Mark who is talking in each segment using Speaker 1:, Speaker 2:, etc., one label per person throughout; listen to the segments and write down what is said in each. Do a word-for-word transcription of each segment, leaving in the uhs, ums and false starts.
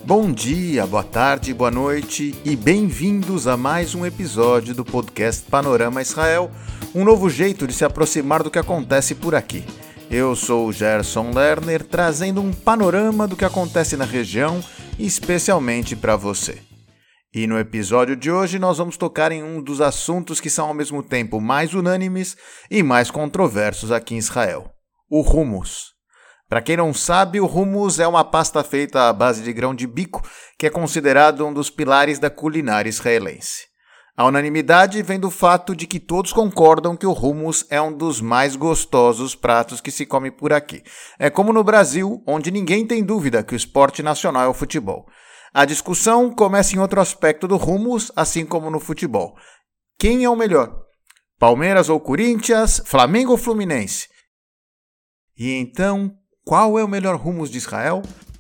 Speaker 1: Bom dia, boa tarde, boa noite e bem-vindos a mais um episódio do podcast Panorama Israel, um novo jeito de se aproximar do que acontece por aqui. Eu sou o Gerson Lerner, trazendo um panorama do que acontece na região, especialmente para você. E no episódio de hoje nós vamos tocar em um dos assuntos que são ao mesmo tempo mais unânimes e mais controversos aqui em Israel, o hummus. Para quem não sabe, o hummus é uma pasta feita à base de grão de bico que é considerado um dos pilares da culinária israelense. A unanimidade vem do fato de que todos concordam que o hummus é um dos mais gostosos pratos que se come por aqui. É como no Brasil, onde ninguém tem dúvida que o esporte nacional é o futebol. A discussão começa em outro aspecto do hummus, assim como no futebol. Quem é o melhor? Palmeiras ou Corinthians? Flamengo ou Fluminense? E então, qual é o melhor hummus de Israel?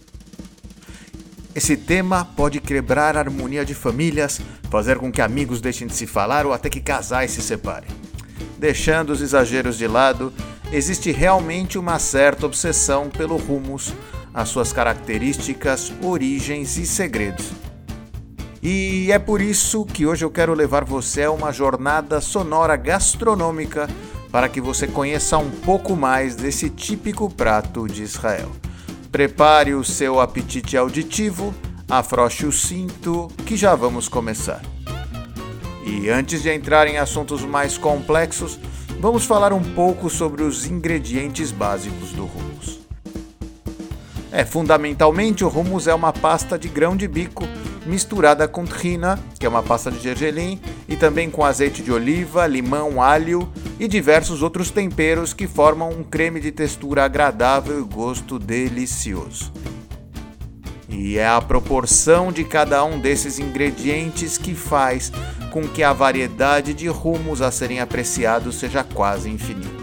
Speaker 1: Esse tema pode quebrar a harmonia de famílias, fazer com que amigos deixem de se falar ou até que casais se separem. Deixando os exageros de lado, existe realmente uma certa obsessão pelo hummus, as suas características, origens e segredos. E é por isso que hoje eu quero levar você a uma jornada sonora gastronômica para que você conheça um pouco mais desse típico prato de Israel. Prepare o seu apetite auditivo, afrouxe o cinto, que já vamos começar. E antes de entrar em assuntos mais complexos, vamos falar um pouco sobre os ingredientes básicos do hummus. É, fundamentalmente, o hummus é uma pasta de grão de bico misturada com tahina, que é uma pasta de gergelim, e também com azeite de oliva, limão, alho e diversos outros temperos que formam um creme de textura agradável e gosto delicioso. E é a proporção de cada um desses ingredientes que faz com que a variedade de hummus a serem apreciados seja quase infinita.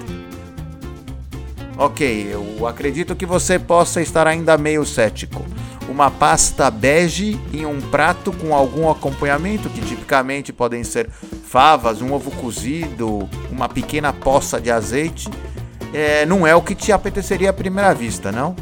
Speaker 1: Ok, eu acredito que você possa estar ainda meio cético. Uma pasta bege em um prato com algum acompanhamento, que tipicamente podem ser favas, um ovo cozido, uma pequena poça de azeite, é, não é o que te apeteceria à primeira vista, não?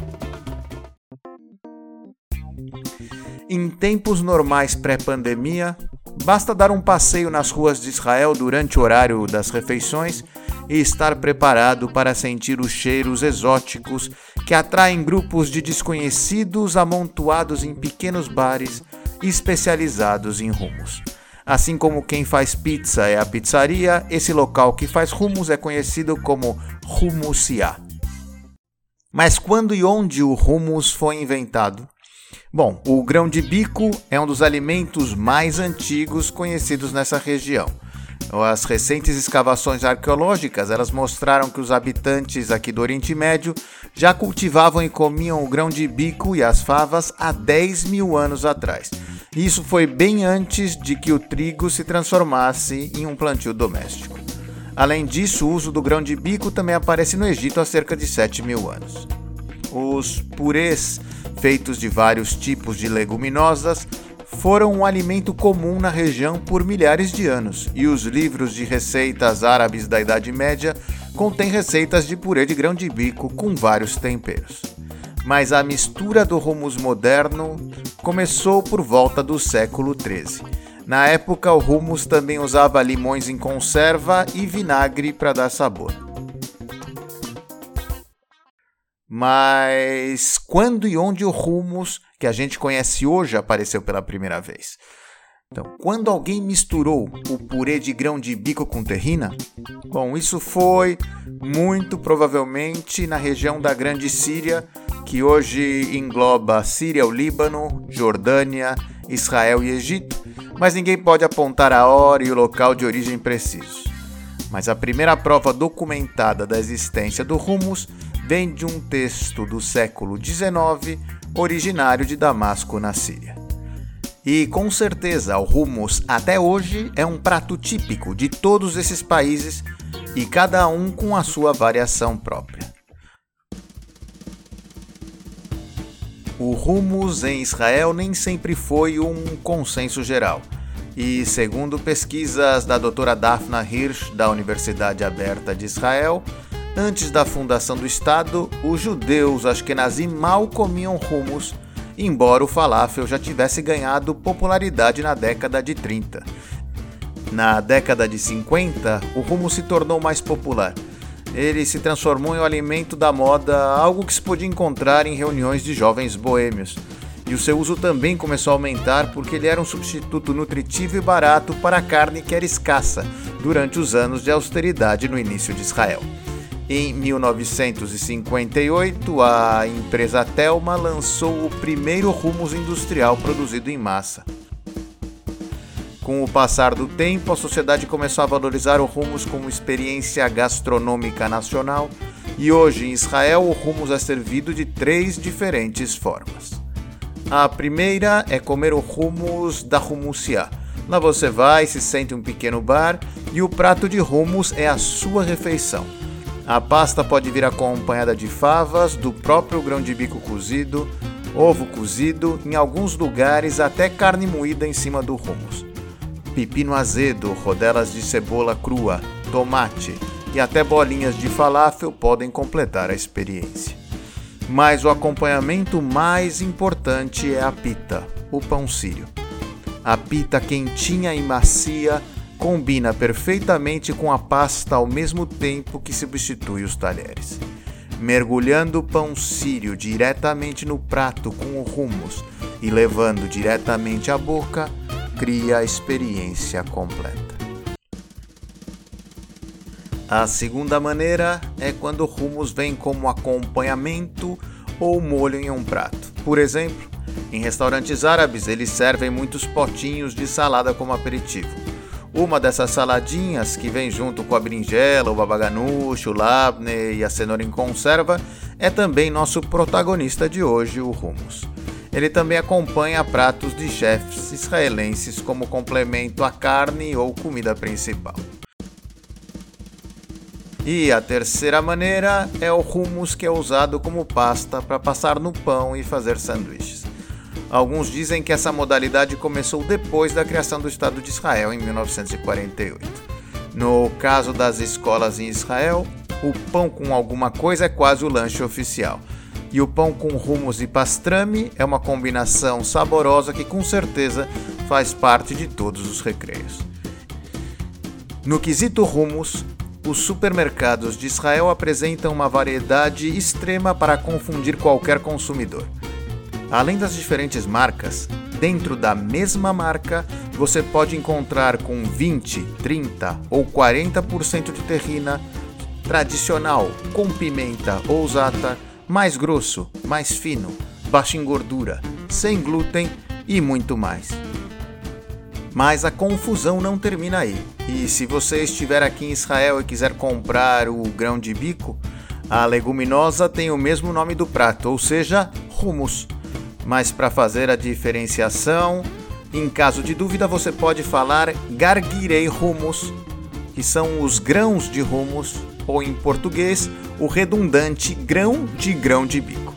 Speaker 1: Em tempos normais pré-pandemia, basta dar um passeio nas ruas de Israel durante o horário das refeições e estar preparado para sentir os cheiros exóticos que atraem grupos de desconhecidos amontoados em pequenos bares especializados em hummus. Assim como quem faz pizza é a pizzaria, esse local que faz hummus é conhecido como hummusiá. Mas quando e onde o hummus foi inventado? Bom, o grão de bico é um dos alimentos mais antigos conhecidos nessa região. As recentes escavações arqueológicas, elas mostraram que os habitantes aqui do Oriente Médio já cultivavam e comiam o grão de bico e as favas há dez mil anos atrás. Isso foi bem antes de que o trigo se transformasse em um plantio doméstico. Além disso, o uso do grão de bico também aparece no Egito há cerca de sete mil anos. Os purês, feitos de vários tipos de leguminosas, foram um alimento comum na região por milhares de anos, e os livros de receitas árabes da Idade Média contêm receitas de purê de grão de bico com vários temperos. Mas a mistura do hummus moderno começou por volta do século treze. Na época, o hummus também usava limões em conserva e vinagre para dar sabor. Mas quando e onde o hummus que a gente conhece hoje apareceu pela primeira vez? Então, quando alguém misturou o purê de grão de bico com tahina? Bom, isso foi muito provavelmente na região da Grande Síria, que hoje engloba Síria, o Líbano, Jordânia, Israel e Egito, mas ninguém pode apontar a hora e o local de origem precisos. Mas a primeira prova documentada da existência do hummus vem de um texto do século dezenove, originário de Damasco, na Síria. E com certeza o hummus até hoje é um prato típico de todos esses países e cada um com a sua variação própria. O hummus em Israel nem sempre foi um consenso geral. E segundo pesquisas da doutora Daphna Hirsch, da Universidade Aberta de Israel, antes da fundação do Estado, os judeus ashkenazim mal comiam hummus embora o falafel já tivesse ganhado popularidade na década de trinta. Na década de cinquenta, o hummus se tornou mais popular. Ele se transformou em um alimento da moda, algo que se podia encontrar em reuniões de jovens boêmios. E o seu uso também começou a aumentar porque ele era um substituto nutritivo e barato para a carne que era escassa durante os anos de austeridade no início de Israel. Em mil novecentos e cinquenta e oito, a empresa Telma lançou o primeiro hummus industrial produzido em massa. Com o passar do tempo, a sociedade começou a valorizar o hummus como experiência gastronômica nacional e hoje em Israel o hummus é servido de três diferentes formas. A primeira é comer o hummus da Humusiá. Lá você vai, se sente em um pequeno bar e o prato de hummus é a sua refeição. A pasta pode vir acompanhada de favas, do próprio grão de bico cozido, ovo cozido, em alguns lugares até carne moída em cima do hummus. Pepino azedo, rodelas de cebola crua, tomate e até bolinhas de falafel podem completar a experiência. Mas o acompanhamento mais importante é a pita, o pão sírio. A pita quentinha e macia combina perfeitamente com a pasta ao mesmo tempo que substitui os talheres. Mergulhando o pão sírio diretamente no prato com o hummus e levando diretamente à boca, cria a experiência completa. A segunda maneira é quando o hummus vem como acompanhamento ou molho em um prato. Por exemplo, em restaurantes árabes eles servem muitos potinhos de salada como aperitivo. Uma dessas saladinhas, que vem junto com a berinjela, o baba ganoush, o labne e a cenoura em conserva, é também nosso protagonista de hoje, o hummus. Ele também acompanha pratos de chefes israelenses como complemento à carne ou comida principal. E a terceira maneira é o hummus, que é usado como pasta para passar no pão e fazer sanduíches. Alguns dizem que essa modalidade começou depois da criação do Estado de Israel em mil novecentos e quarenta e oito. No caso das escolas em Israel, o pão com alguma coisa é quase o lanche oficial. E o pão com hummus e pastrame é uma combinação saborosa que com certeza faz parte de todos os recreios. No quesito hummus, os supermercados de Israel apresentam uma variedade extrema para confundir qualquer consumidor. Além das diferentes marcas, dentro da mesma marca você pode encontrar com vinte, trinta ou quarenta por cento de terrina, tradicional, com pimenta ou za'atar, mais grosso, mais fino, baixo em gordura, sem glúten e muito mais. Mas a confusão não termina aí. E se você estiver aqui em Israel e quiser comprar o grão de bico, a leguminosa tem o mesmo nome do prato, ou seja, hummus. Mas para fazer a diferenciação, em caso de dúvida você pode falar gargirei hummus, que são os grãos de hummus, ou em português, o redundante grão de grão de bico.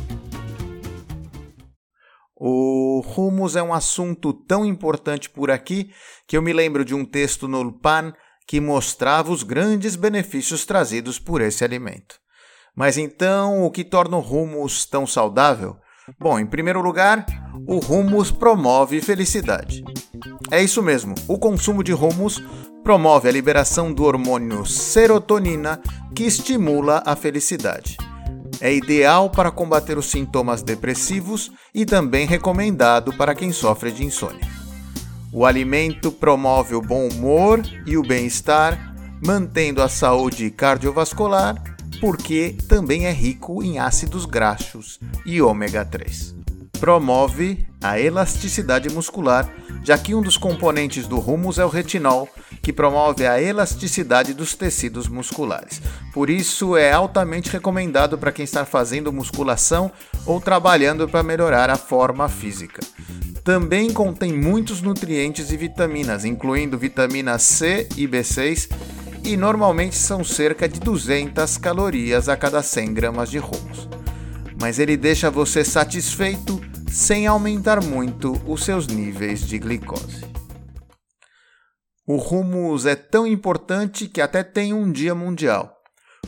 Speaker 1: O hummus é um assunto tão importante por aqui que eu me lembro de um texto no Ulpan que mostrava os grandes benefícios trazidos por esse alimento. Mas então, o que torna o hummus tão saudável? Bom, em primeiro lugar, o hummus promove felicidade. É isso mesmo, o consumo de hummus promove a liberação do hormônio serotonina, que estimula a felicidade. É ideal para combater os sintomas depressivos e também recomendado para quem sofre de insônia. O alimento promove o bom humor e o bem-estar, mantendo a saúde cardiovascular, porque também é rico em ácidos graxos e ômega três. Promove a elasticidade muscular, já que um dos componentes do hummus é o retinol, que promove a elasticidade dos tecidos musculares. Por isso, é altamente recomendado para quem está fazendo musculação ou trabalhando para melhorar a forma física. Também contém muitos nutrientes e vitaminas, incluindo vitamina C e B seis, e normalmente são cerca de duzentas calorias a cada cem gramas de hummus. Mas ele deixa você satisfeito sem aumentar muito os seus níveis de glicose. O hummus é tão importante que até tem um dia mundial.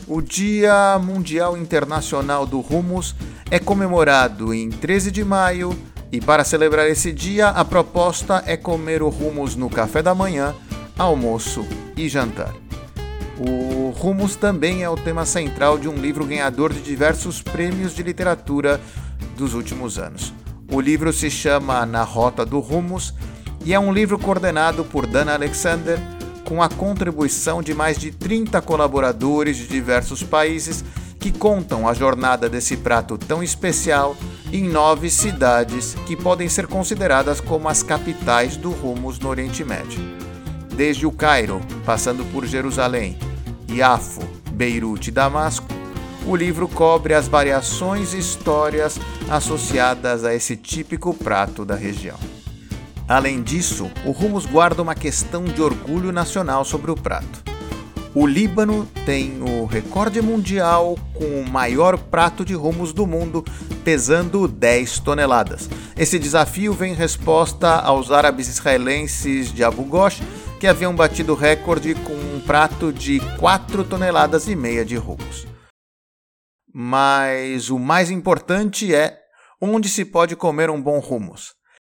Speaker 1: O Dia Mundial Internacional do Hummus é comemorado em treze de maio e, para celebrar esse dia, a proposta é comer o hummus no café da manhã, almoço e jantar. O hummus também é o tema central de um livro ganhador de diversos prêmios de literatura dos últimos anos. O livro se chama Na Rota do Hummus e é um livro coordenado por Dana Alexander, com a contribuição de mais de trinta colaboradores de diversos países que contam a jornada desse prato tão especial em nove cidades que podem ser consideradas como as capitais do hummus no Oriente Médio. Desde o Cairo, passando por Jerusalém, Iafo, Beirute e Damasco, o livro cobre as variações e histórias associadas a esse típico prato da região. Além disso, o hummus guarda uma questão de orgulho nacional sobre o prato. O Líbano tem o recorde mundial com o maior prato de hummus do mundo, pesando dez toneladas. Esse desafio vem em resposta aos árabes israelenses de Abu Ghosh, que haviam batido o recorde com um prato de quatro toneladas e meia de hummus. Mas o mais importante é onde se pode comer um bom hummus.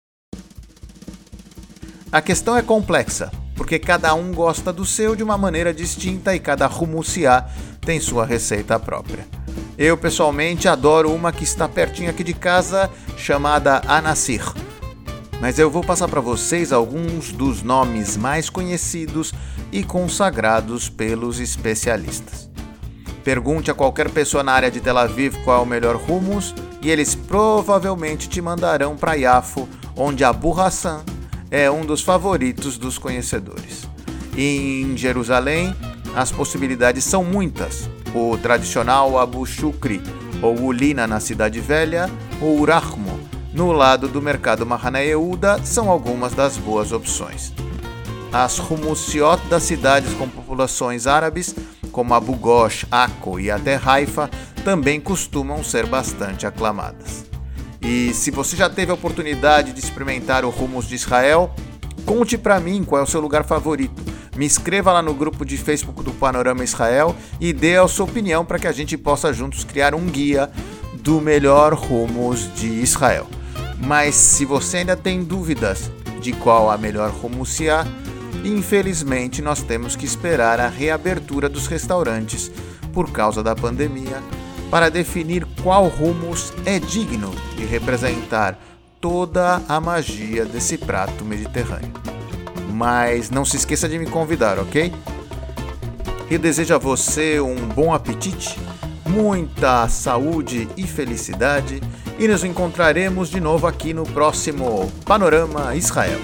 Speaker 1: A questão é complexa, porque cada um gosta do seu de uma maneira distinta e cada hummusiá tem sua receita própria. Eu, pessoalmente, adoro uma que está pertinho aqui de casa, chamada Anassir. Mas eu vou passar para vocês alguns dos nomes mais conhecidos e consagrados pelos especialistas. Pergunte a qualquer pessoa na área de Tel Aviv qual é o melhor hummus e eles provavelmente te mandarão para Iafo, onde Abu Hassan é um dos favoritos dos conhecedores. Em Jerusalém, as possibilidades são muitas. O tradicional Abu Shukri, ou Ulina na Cidade Velha, ou Urachmo, no lado do mercado Mahane Yehuda, são algumas das boas opções. As hummusiot das cidades com populações árabes, como Abu Ghosh, Akko e até Haifa, também costumam ser bastante aclamadas. E se você já teve a oportunidade de experimentar o hummus de Israel, conte pra mim qual é o seu lugar favorito. Me inscreva lá no grupo de Facebook do Panorama Israel e dê a sua opinião para que a gente possa juntos criar um guia do melhor hummus de Israel. Mas se você ainda tem dúvidas de qual a melhor hummusiá, infelizmente nós temos que esperar a reabertura dos restaurantes por causa da pandemia, para definir qual hummus é digno de representar toda a magia desse prato mediterrâneo. Mas não se esqueça de me convidar, ok? Eu desejo a você um bom apetite, muita saúde e felicidade e nos encontraremos de novo aqui no próximo Panorama Israel.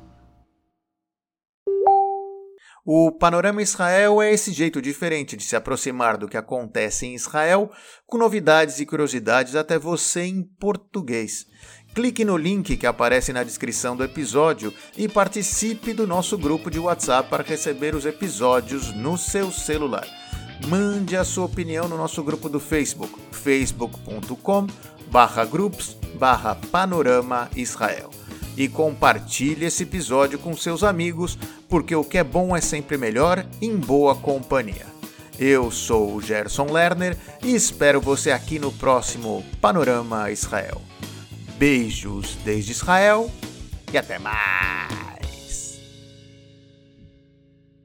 Speaker 1: O Panorama Israel é esse jeito diferente de se aproximar do que acontece em Israel, com novidades e curiosidades até você em português. Clique no link que aparece na descrição do episódio e participe do nosso grupo de WhatsApp para receber os episódios no seu celular. Mande a sua opinião no nosso grupo do Facebook, facebook ponto com barra groups barra panorama Israel. E compartilhe esse episódio com seus amigos, porque o que é bom é sempre melhor em boa companhia. Eu sou o Gerson Lerner e espero você aqui no próximo Panorama Israel. Beijos desde Israel e até mais!